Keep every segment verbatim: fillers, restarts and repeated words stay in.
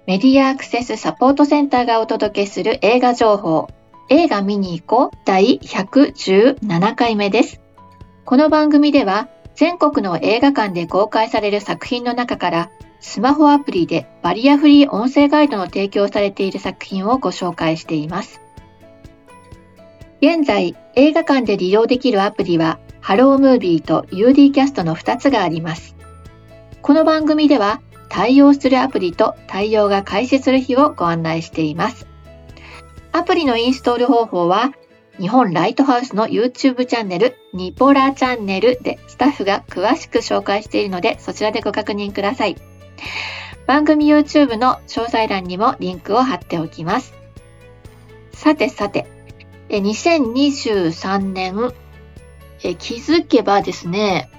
メディアアクセスサポートセンターがお届けする映画情報、映画見に行こう第ひゃくじゅうななかいめです。この番組では全国の映画館で公開される作品の中からスマホアプリでバリアフリー音声ガイドの提供されている作品をご紹介しています。現在映画館で利用できるアプリはハロームービーと ユーディー キャストのふたつがあります。この番組では対応するアプリと対応が開始する日をご案内しています。アプリのインストール方法は日本ライトハウスの YouTube チャンネルニポラチャンネルでスタッフが詳しく紹介しているのでそちらでご確認ください。番組 YouTube の詳細欄にもリンクを貼っておきます。さてさてにせんにじゅうさんねんえ気づけばですね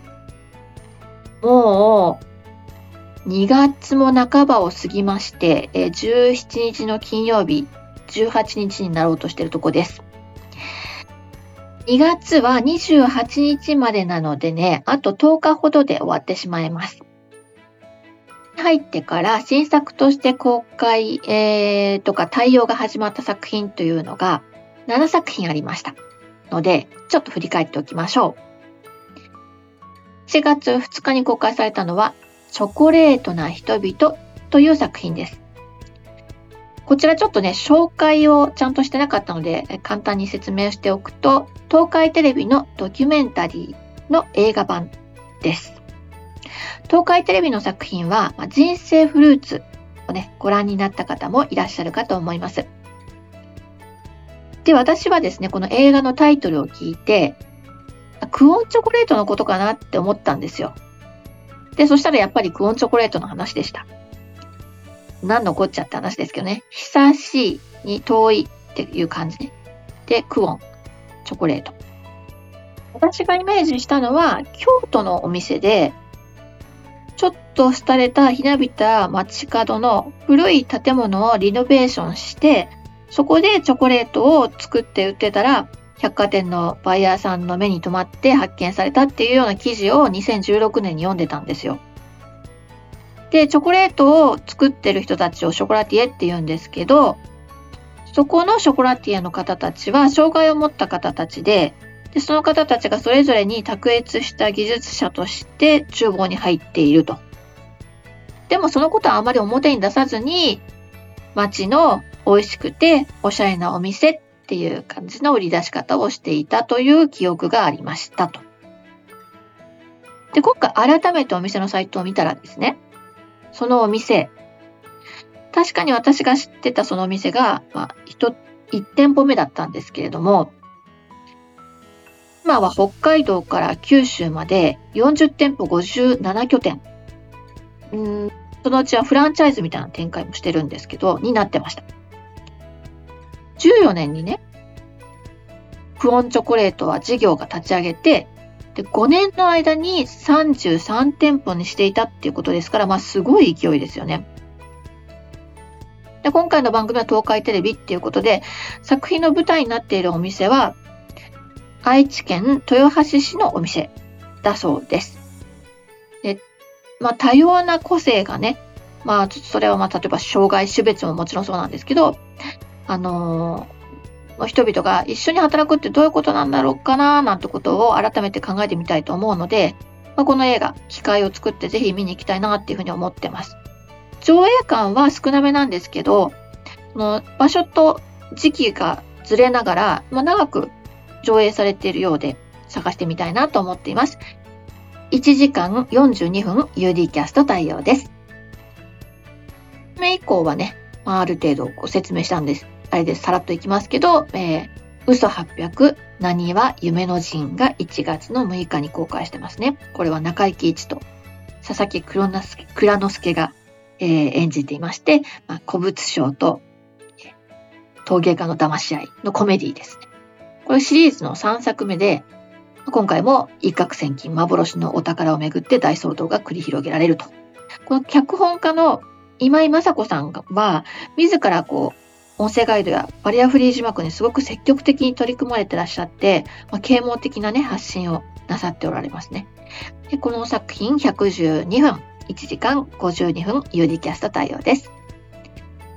もうにがつも半ばを過ぎまして、じゅうしちにちの金曜日、じゅうはちにちになろうとしているところです。にがつはにじゅうはちにちまでなのでね、あととおかほどで終わってしまいます。入ってから新作として公開、えー、とか対応が始まった作品というのがななさくひんありましたので、ちょっと振り返っておきましょう。しがつふつかに公開されたのはチョコレートな人々という作品です。こちらちょっとね、紹介をちゃんとしてなかったので、簡単に説明しておくと、東海テレビのドキュメンタリーの映画版です。東海テレビの作品は、人生フルーツをね、ご覧になった方もいらっしゃるかと思います。で、私はですね、この映画のタイトルを聞いて、クオンチョコレートのことかなって思ったんですよ。で、そしたらやっぱりクオンチョコレートの話でした。何のこっちゃって話ですけどね。久しいに遠いっていう感じね。で、クオン、チョコレート。私がイメージしたのは、京都のお店で、ちょっと廃れたひなびた街角の古い建物をリノベーションして、そこでチョコレートを作って売ってたら、百貨店のバイヤーさんの目に留まって発見されたっていうような記事をにせんじゅうろくねんに読んでたんですよ。で、チョコレートを作ってる人たちをショコラティエって言うんですけど、そこのショコラティエの方たちは障害を持った方たちで、でその方たちがそれぞれに卓越した技術者として厨房に入っていると。でもそのことはあまり表に出さずに、街の美味しくておしゃれなお店っていう感じの売り出し方をしていたという記憶がありましたと。で、今回改めてお店のサイトを見たらですね、そのお店、確かに私が知ってたそのお店が、まあ、いち店舗目だったんですけれども、今は北海道から九州までよんじゅってんぽごじゅうななきょてん、うーんそのうちはフランチャイズみたいな展開もしてるんですけど、になってました。じゅうよねんにね、クオンチョコレートは事業が立ち上げて、でごねんの間にさんじゅうさんてんぽにしていたっていうことですから、まあすごい勢いですよね。で今回の番組は東海テレビっていうことで、作品の舞台になっているお店は愛知県豊橋市のお店だそうです。で、まあ多様な個性がね、まあそれはまあ例えば障害種別ももちろんそうなんですけど、あのー、人々が一緒に働くってどういうことなんだろうかななんてことを改めて考えてみたいと思うので、まあ、この映画機会を作ってぜひ見に行きたいなっていうふうに思ってます。上映館は少なめなんですけど、その場所と時期がずれながら、まあ、長く上映されているようで探してみたいなと思っています。いちじかんよんじゅうにふん ユーディー キャスト対応です。それ以降はね、まあ、ある程度ご説明したんです。あれでさらっといきますけど、えー、嘘はっぴゃく、なにわ夢の陣がいちがつのむいかに公開してますね。これは中井貴一と佐々木蔵之介、蔵之介が、えー、演じていまして、まあ、古物商と、えー、陶芸家の騙し合いのコメディですね。これシリーズのさんさくめで、今回も一攫千金幻のお宝をめぐって大騒動が繰り広げられると。この脚本家の今井雅子さんは自らこう音声ガイドやバリアフリー字幕にすごく積極的に取り組まれてらっしゃって、まあ、啓蒙的なね発信をなさっておられますね。でこの作品ひゃくじゅうにふん、いちじかんごじゅうにふん ユーディー キャスト対応です。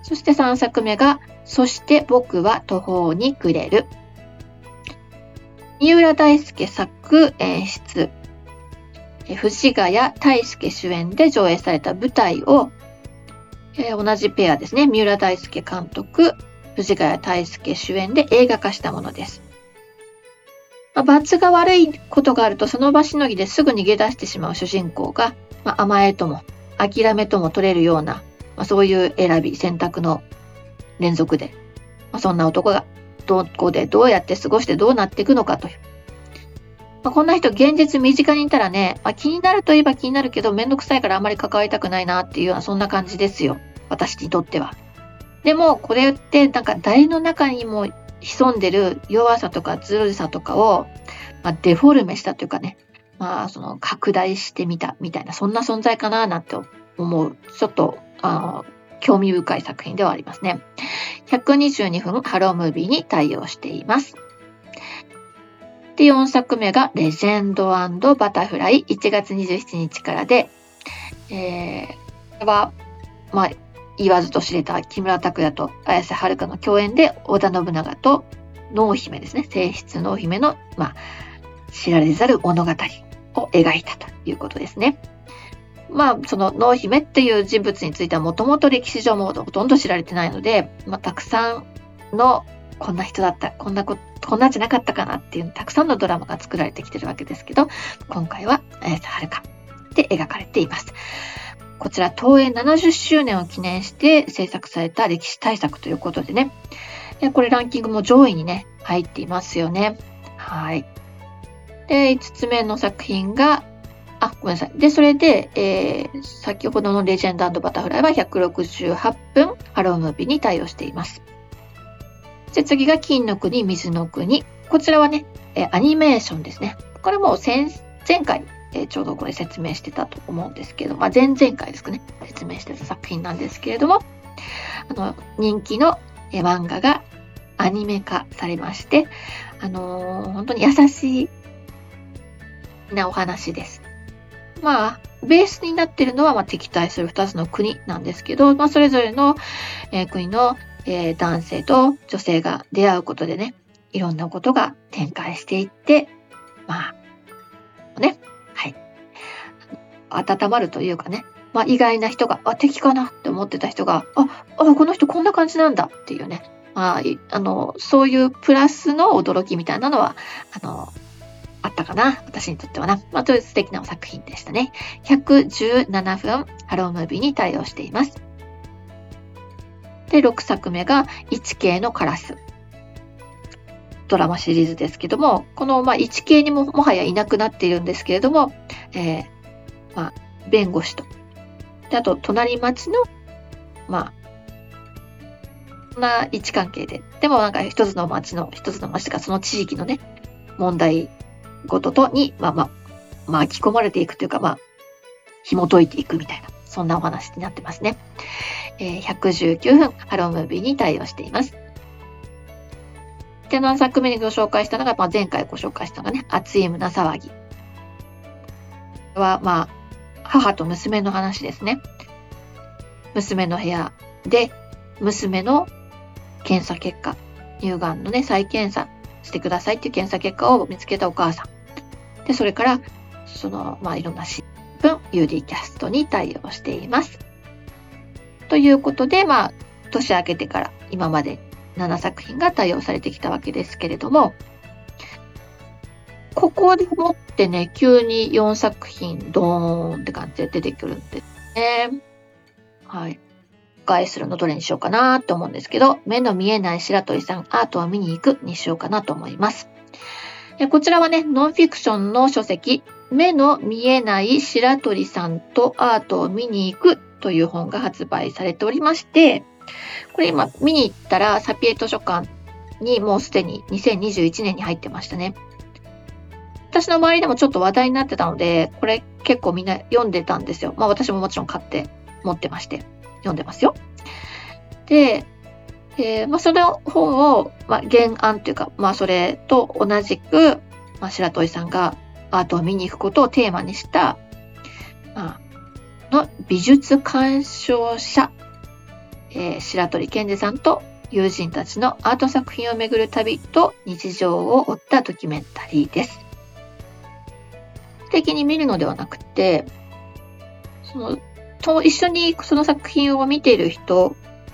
そしてさんさくめが、そして僕は途方に暮れる。三浦大輔作演出、藤ヶ谷太輔主演で上映された舞台を、えー、同じペアですね、三浦大輔監督、藤ヶ谷太輔主演で映画化したものです。まあ、罰が悪いことがあるとその場しのぎですぐ逃げ出してしまう主人公が、まあ、甘えとも諦めとも取れるような、まあ、そういう選び選択の連続で、まあ、そんな男がどこでどうやって過ごしてどうなっていくのかという、まあ、こんな人現実身近にいたらね、まあ、気になるといえば気になるけどめんどくさいからあんまり関わりたくないなっていうようなそんな感じですよ、私にとっては。でもこれってなんか誰の中にも潜んでる弱さとかずるさとかを、まあ、デフォルメしたというかね、まあその拡大してみたみたいなそんな存在かななんて思う、ちょっとあ興味深い作品ではありますね。ひゃくにじゅうにふんハロームービーに対応しています。で、よんさくめがレジェンド&バタフライ、いちがつにじゅうしちにちからで、えー、これはまあ言わずと知れた木村拓哉と綾瀬はるかの共演で織田信長と濃姫ですね、正室濃姫の、まあ、知られざる物語を描いたということですね。まあその濃姫っていう人物についてはもともと歴史上もほとんど知られてないので、まあ、たくさんのこんな人だった、こんなここんなんじゃなかったかなっていうたくさんのドラマが作られてきてるわけですけど、今回は綾瀬はるかで描かれています。こちら東映ななじゅっしゅうねんを記念して制作された歴史大作ということでね、これランキングも上位にね入っていますよね。はい。で、いつつめの作品があ、ごめんなさい。で、それで、えー、先ほどのレジェンド&バタフライはひゃくろくじゅうはっぷんハロームービーに対応しています。で、次が金の国水の国。こちらはね、えー、アニメーションですね。これも前前回、えー、ちょうどこれ説明してたと思うんですけど、まあ、前々回ですかね、説明してた作品なんですけれども、あの人気の、えー、漫画がアニメ化されまして、あのー、本当に優しいなお話です。まあ、ベースになっているのは、まあ、敵対するふたつの国なんですけど、まあ、それぞれの、えー、国の、えー、男性と女性が出会うことでね、いろんなことが展開していって、まあ、ね、はい。温まるというかね、まあ、意外な人が、あ、敵かなって思ってた人が、あ、あ、この人こんな感じなんだっていうね、まあ、あの、そういうプラスの驚きみたいなのは、あの、あったかな、私にとってはな。まあ、という素敵な作品でしたね。ひゃくじゅうななふんハロームービーに対応しています。で、ろくさくめがいちケーのカラス。ドラマシリーズですけども、この、まあ、いちケーにももはやいなくなっているんですけれども、えー、まあ、弁護士と。で、あと、隣町の、まあ、そんな位置関係で。でもなんか一つの町の、一つの町とかその地域のね、問題こととに、まあまあ、巻き込まれていくというか、まあ、紐解いていくみたいな、そんなお話になってますね。えー、ひゃくじゅうきゅうふんハロームービーに対応しています。で、何作目にご紹介したのが、まあ、前回ご紹介したのがね、熱い胸騒ぎ。これは、まあ、母と娘の話ですね。娘の部屋で、娘の検査結果、乳がんのね、再検査してくださいっていう検査結果を見つけたお母さん。で、それから、その、まあ、いろんな新聞、ユーディー キャストに対応しています。ということで、まあ、年明けてから今までななさく品が対応されてきたわけですけれども、ここでもってね、急によんさく品ドーンって感じで出てくるんですね。はい。返するのどれにしようかなと思うんですけど、目の見えない白鳥さん、アートを見に行くにしようかなと思います。でこちらはね、ノンフィクションの書籍、目の見えない白鳥さんとアートを見に行くという本が発売されておりまして、これ今見に行ったらサピエ図書館にもうすでににせんにじゅういちねんに入ってましたね。私の周りでもちょっと話題になってたので、これ結構みんな読んでたんですよ。まあ私ももちろん買って持ってまして、読んでますよ。で、えーまあ、その本を、まあ、原案というか、まあ、それと同じく、まあ、白鳥さんがアートを見に行くことをテーマにした、まあ、の美術鑑賞者、ええー、白鳥健二さんと友人たちのアート作品をめぐる旅と日常を追ったドキュメンタリーです。的に見るのではなくて、そのと一緒にその作品を見ている人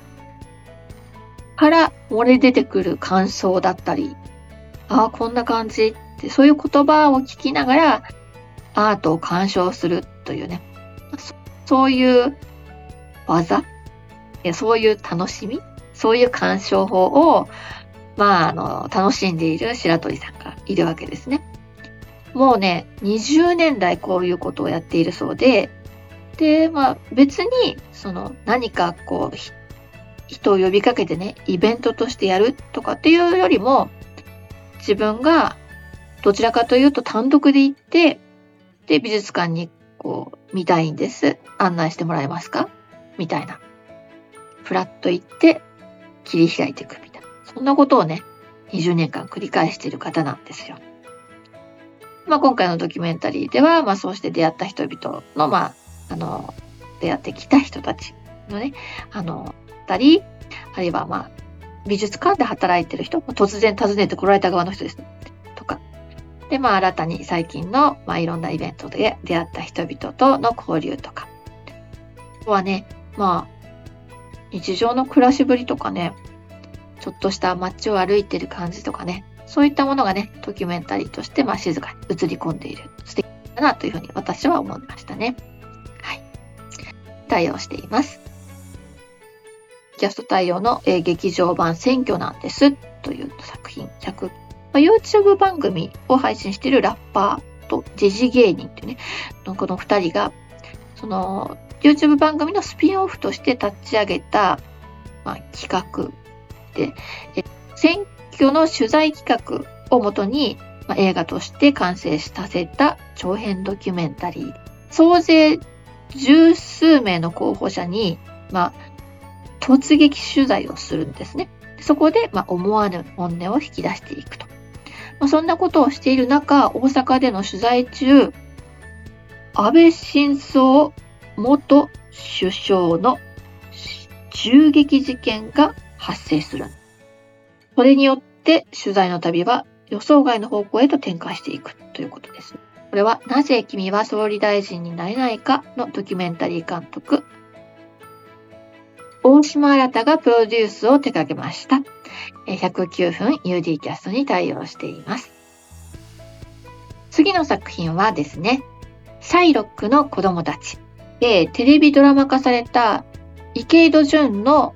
から漏れ出てくる感想だったり、ああこんな感じってそういう言葉を聞きながらアートを鑑賞するというね、そ、そういう技、そういう楽しみ、そういう鑑賞法をまああの楽しんでいる白鳥さんがいるわけですね。もうね、にじゅうねん来こういうことをやっているそうで、で、まあ別に、その何かこう、人を呼びかけてね、イベントとしてやるとかっていうよりも、自分がどちらかというと単独で行って、で、美術館にこう、見たいんです。案内してもらえますかみたいな。フラッと行って、切り開いていくみたいな。そんなことをね、にじゅうねんかん繰り返している方なんですよ。まあ、今回のドキュメンタリーでは、まあ、そうして出会った人々の、まあ、あの、出会ってきた人たちのね、あの、たり、あるいは、まあ、美術館で働いてる人、突然訪ねて来られた側の人です、ね、とか。で、まあ、新たに最近の、まあ、いろんなイベントで出会った人々との交流とか。あとはね、まあ、日常の暮らしぶりとかね、ちょっとした街を歩いてる感じとかね、そういったものがね、ドキュメンタリーとして、まあ、静かに映り込んでいる素敵だなというふうに私は思いましたね。はい。対応しています。キャスト対応の、えー、劇場版選挙なんですという作品。ひゃく、まあ、YouTube 番組を配信しているラッパーと時事芸人っていうね、この二人が、その YouTube 番組のスピンオフとして立ち上げた、まあ、企画で、え選挙の取材企画をもとに、まあ、映画として完成させた長編ドキュメンタリー。総勢十数名の候補者に、まあ、突撃取材をするんですね。そこで、まあ、思わぬ本音を引き出していくと。まあ、そんなことをしている中、大阪での取材中、安倍晋三元首相の銃撃事件が発生する。それによって取材の旅は予想外の方向へと展開していくということです。これはなぜ君は総理大臣になれないかのドキュメンタリー監督、大島新がプロデュースを手掛けました。ひゃくきゅうふん ユーディー キャストに対応しています。次の作品はですね、シャイロックの子供たちでテレビドラマ化された池井戸潤の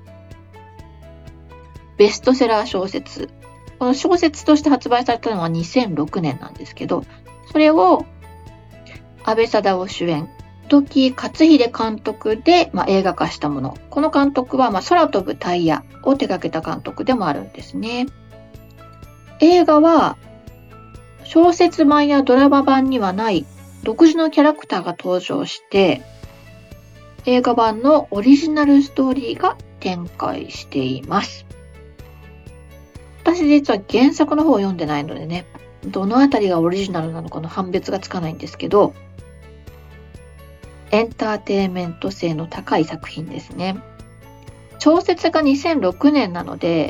ベストセラー小説。この小説として発売されたのはにせんろくねんなんですけど、それを阿部サダヲ主演、時勝秀監督で、まあ、映画化したもの。この監督は、まあ、空飛ぶタイヤを手掛けた監督でもあるんですね。映画は小説版やドラマ版にはない独自のキャラクターが登場して、映画版のオリジナルストーリーが展開しています。私実は原作の方を読んでないのでね、どのあたりがオリジナルなのかの判別がつかないんですけど、エンターテインメント性の高い作品ですね。小説がにせんろくねんなので、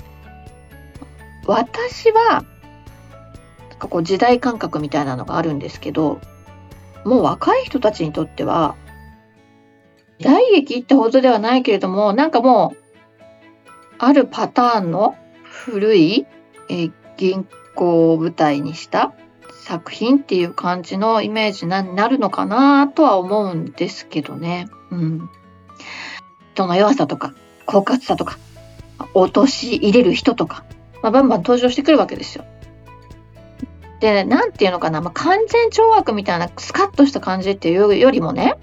私はなんかこう時代感覚みたいなのがあるんですけど、もう若い人たちにとっては時代劇ってほどではないけれども、なんかもうあるパターンの古い、えー、銀行を舞台にした作品っていう感じのイメージになるのかなとは思うんですけどね。うん。人の弱さとか、狡猾さとか、落とし入れる人とか、まあ、バンバン登場してくるわけですよ。で、なんていうのかな、まあ、完全懲悪みたいなスカッとした感じっていうよりもね、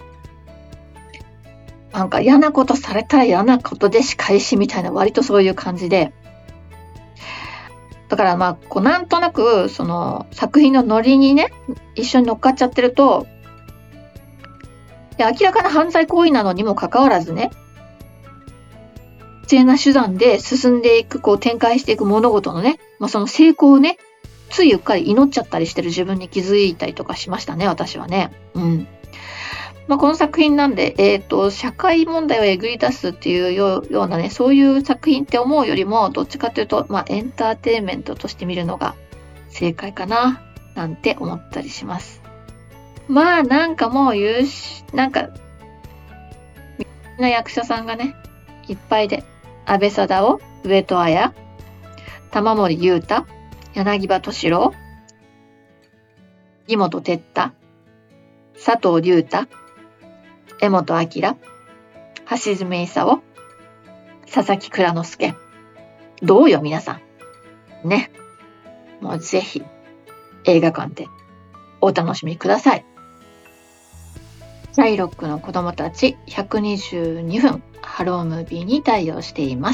なんか嫌なことされたら嫌なことで仕返しみたいな、割とそういう感じで、だからまあこうなんとなくその作品のノリにね一緒に乗っかっちゃってると、で明らかな犯罪行為なのにもかかわらずね、不正な手段で進んでいく、こう展開していく物事のね、まあ、その成功をねついうっかり祈っちゃったりしてる自分に気づいたりとかしましたね、私はね。うん。 まあ、この作品なんで、えっと、社会問題をえぐり出すっていうようなね、そういう作品って思うよりも、どっちかというと、まあ、エンターテインメントとして見るのが正解かな、なんて思ったりします。まあ、なんかもう優秀、なんか、みんな役者さんがね、いっぱいで、安倍貞夫、上戸彩、玉森裕太、柳葉敏郎、井本哲太、佐藤隆太、江本明、橋爪功、佐々木蔵之介。どうよ皆さん。ね。もうぜひ映画館でお楽しみください。シャイロックの子供たちひゃくにじゅうにふんハロームービーに対応しています。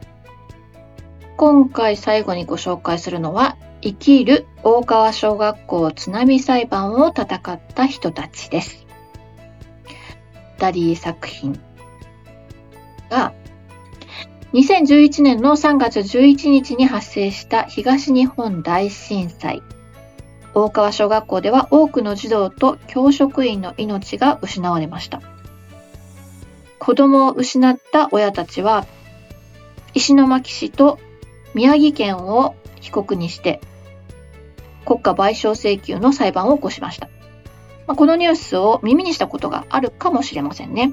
今回最後にご紹介するのは生きる大川小学校津波裁判を戦った人たちです。ダリー作品がにせんじゅういちねんのさんがつじゅういちにちに発生した東日本大震災。大川小学校では多くの児童と教職員の命が失われました。子供を失った親たちは石巻市と宮城県を被告にして国家賠償請求の裁判を起こしました。まあ、このニュースを耳にしたことがあるかもしれませんね。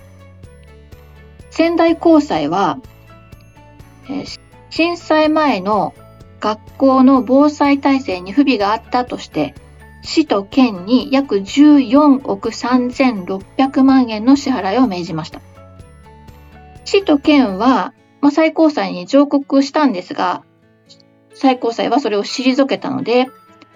仙台高裁は、えー、震災前の学校の防災体制に不備があったとして市と県に約じゅうよんおくさんぜんろっぴゃくまんえんの支払いを命じました。市と県は、まあ、最高裁に上告したんですが、最高裁はそれを退けたので、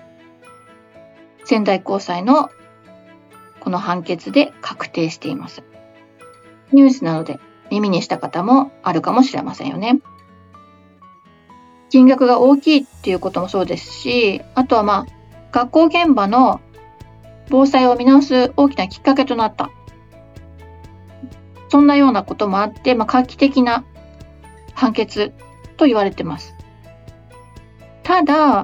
仙台高裁のこの判決で確定しています。ニュースなので耳にした方もあるかもしれませんよね。金額が大きいっていうこともそうですし、あとはまあ学校現場の防災を見直す大きなきっかけとなった。そんなようなこともあって、まあ、画期的な判決と言われています。ただ、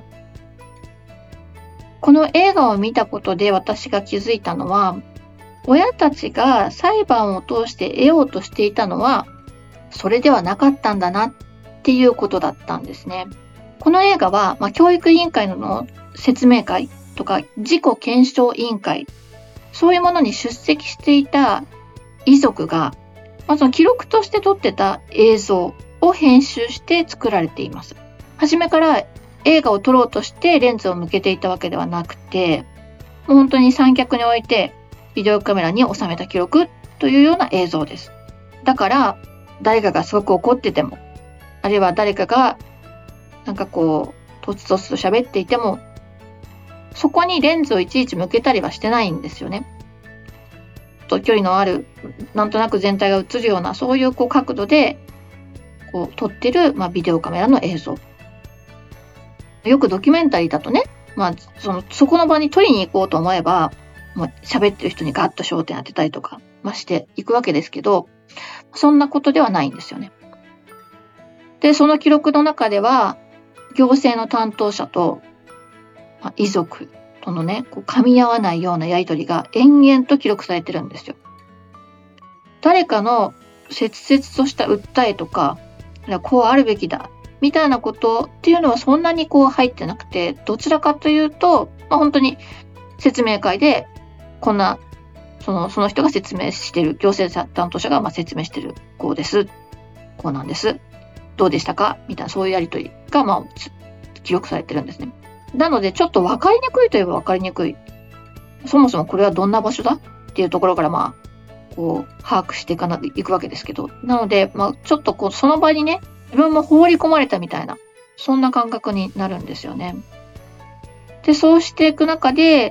この映画を見たことで私が気づいたのは、親たちが裁判を通して得ようとしていたのは、それではなかったんだなっていうことだったんですね。この映画は、まあ、教育委員会の説明会とか事故検証委員会、そういうものに出席していた遺族が、まあ、その記録として撮ってた映像を編集して作られています。初めから映画を撮ろうとしてレンズを向けていたわけではなくて、もう本当に三脚に置いてビデオカメラに収めた記録というような映像です。だから誰かがすごく怒ってても、あるいは誰かがなんかこうとつとつと喋っていても、そこにレンズをいちいち向けたりはしてないんですよね。と距離のある、なんとなく全体が映るような、そういうこう角度でこう撮ってる、まあ、ビデオカメラの映像。よくドキュメンタリーだとね、まあ、そのそこの場に撮りに行こうと思えば、まあ、喋ってる人にガッと焦点当てたりとか、まあ、していくわけですけど、そんなことではないんですよね。で、その記録の中では、行政の担当者と、まあ、遺族とのね、こう噛み合わないようなやり取りが延々と記録されてるんですよ。誰かの切々とした訴えとか、こうあるべきだみたいなことっていうのはそんなにこう入ってなくて、どちらかというと、まあ、本当に説明会でこんなそのその人が説明してる、行政担当者がまあ説明してる、こうです、こうなんです、どうでしたかみたいな、そういうやり取りがまあ記録されてるんですね。なのでちょっと分かりにくいといえば分かりにくい。そもそもこれはどんな場所だっていうところからまあこう把握していかないくわけですけど、なのでまあちょっとこうその場にね、自分も放り込まれたみたいな、そんな感覚になるんですよね。で、そうしていく中で、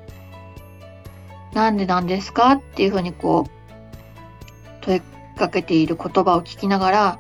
なんでなんですかっていうふうにこう問いかけている言葉を聞きながら、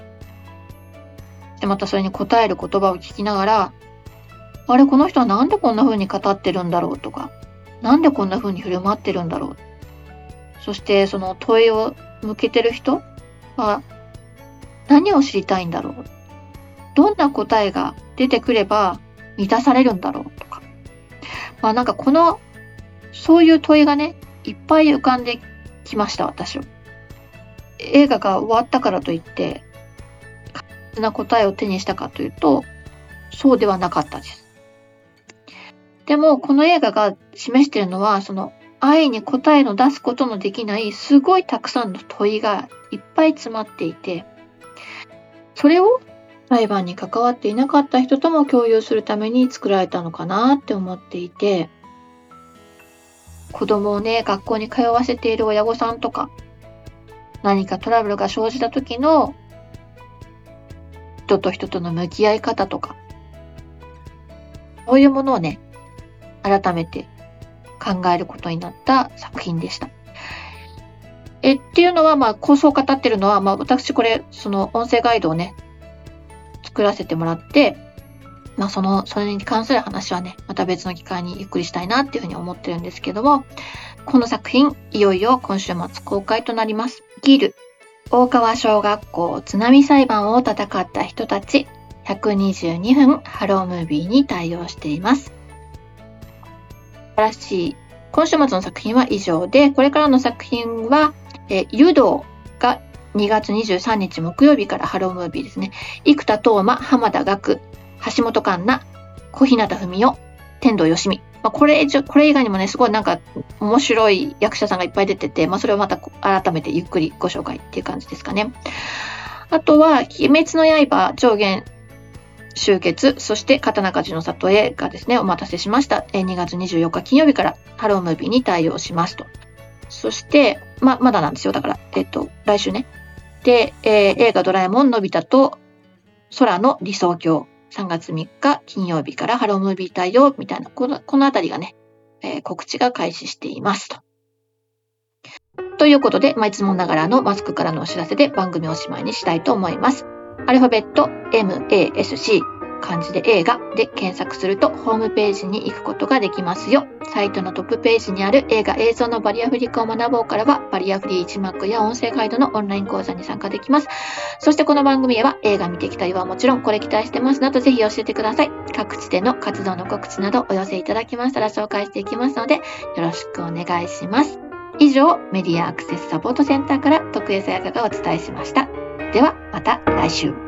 でまたそれに答える言葉を聞きながら、あれ、この人はなんでこんな風に語ってるんだろうとか、なんでこんな風に振る舞ってるんだろう。そしてその問いを向けてる人は何を知りたいんだろう。どんな答えが出てくれば満たされるんだろうとか。まあなんかこの、そういう問いがね、 いっぱい浮かんできました、私は。映画が終わったからといって、確実な答えを手にしたかというと、そうではなかったです。でも、この映画が示しているのは、その愛に答えの出すことのできない、すごいたくさんの問いがいっぱい詰まっていて、それを裁判に関わっていなかった人とも共有するために作られたのかなって思っていて、子供をね、学校に通わせている親御さんとか、何かトラブルが生じた時の人と人との向き合い方とか、そういうものをね、改めて考えることになった作品でした。え、っていうのは、まあ、構想を語ってるのは、まあ、私これ、その音声ガイドをね、作らせてもらって、まあ、その、それに関する話はね、また別の機会にゆっくりしたいなっていうふうに思ってるんですけども、この作品、いよいよ今週末公開となります。ギル、大川小学校津波裁判を戦った人たち、ひゃくにじゅうにふんハロームービーに対応しています。素晴らしい。今週末の作品は以上で、これからの作品は、え湯道がにがつにじゅうさんにち木曜日からハロームービーですね。生田斗真、浜田岳、橋本環奈、小日向文世、天童よしみ。まあ、これ以上、これ以外にもね、すごいなんか面白い役者さんがいっぱい出てて、まあ、それをまた改めてゆっくりご紹介っていう感じですかね。あとは、鬼滅の刃上限集結、そして刀鍛冶の里へがですね、お待たせしました。にがつにじゅうよっか金曜日からハロームービーに対応しますと。そして、ま、まだなんですよ。だから、えっと、来週ね。で、えー、映画ドラえもんのび太と空の理想郷。さんがつみっか金曜日からハロームービー対応みたいな、この、このあたりがね、えー、告知が開始していますと。ということで、まあ、いつもながらのマスクからのお知らせで番組をおしまいにしたいと思います。アルファベット エムエーエスシー、漢字で映画で検索するとホームページに行くことができますよ。サイトのトップページにある映画映像のバリアフリー化を学ぼうからは、バリアフリー字幕や音声ガイドのオンライン講座に参加できます。そしてこの番組へは映画見てきたよはもちろん、これ期待してますなどぜひ教えてください。各地での活動の告知などお寄せいただきましたら紹介していきますので、よろしくお願いします。以上、メディアアクセスサポートセンターから徳江さやかがお伝えしました。ではまた来週。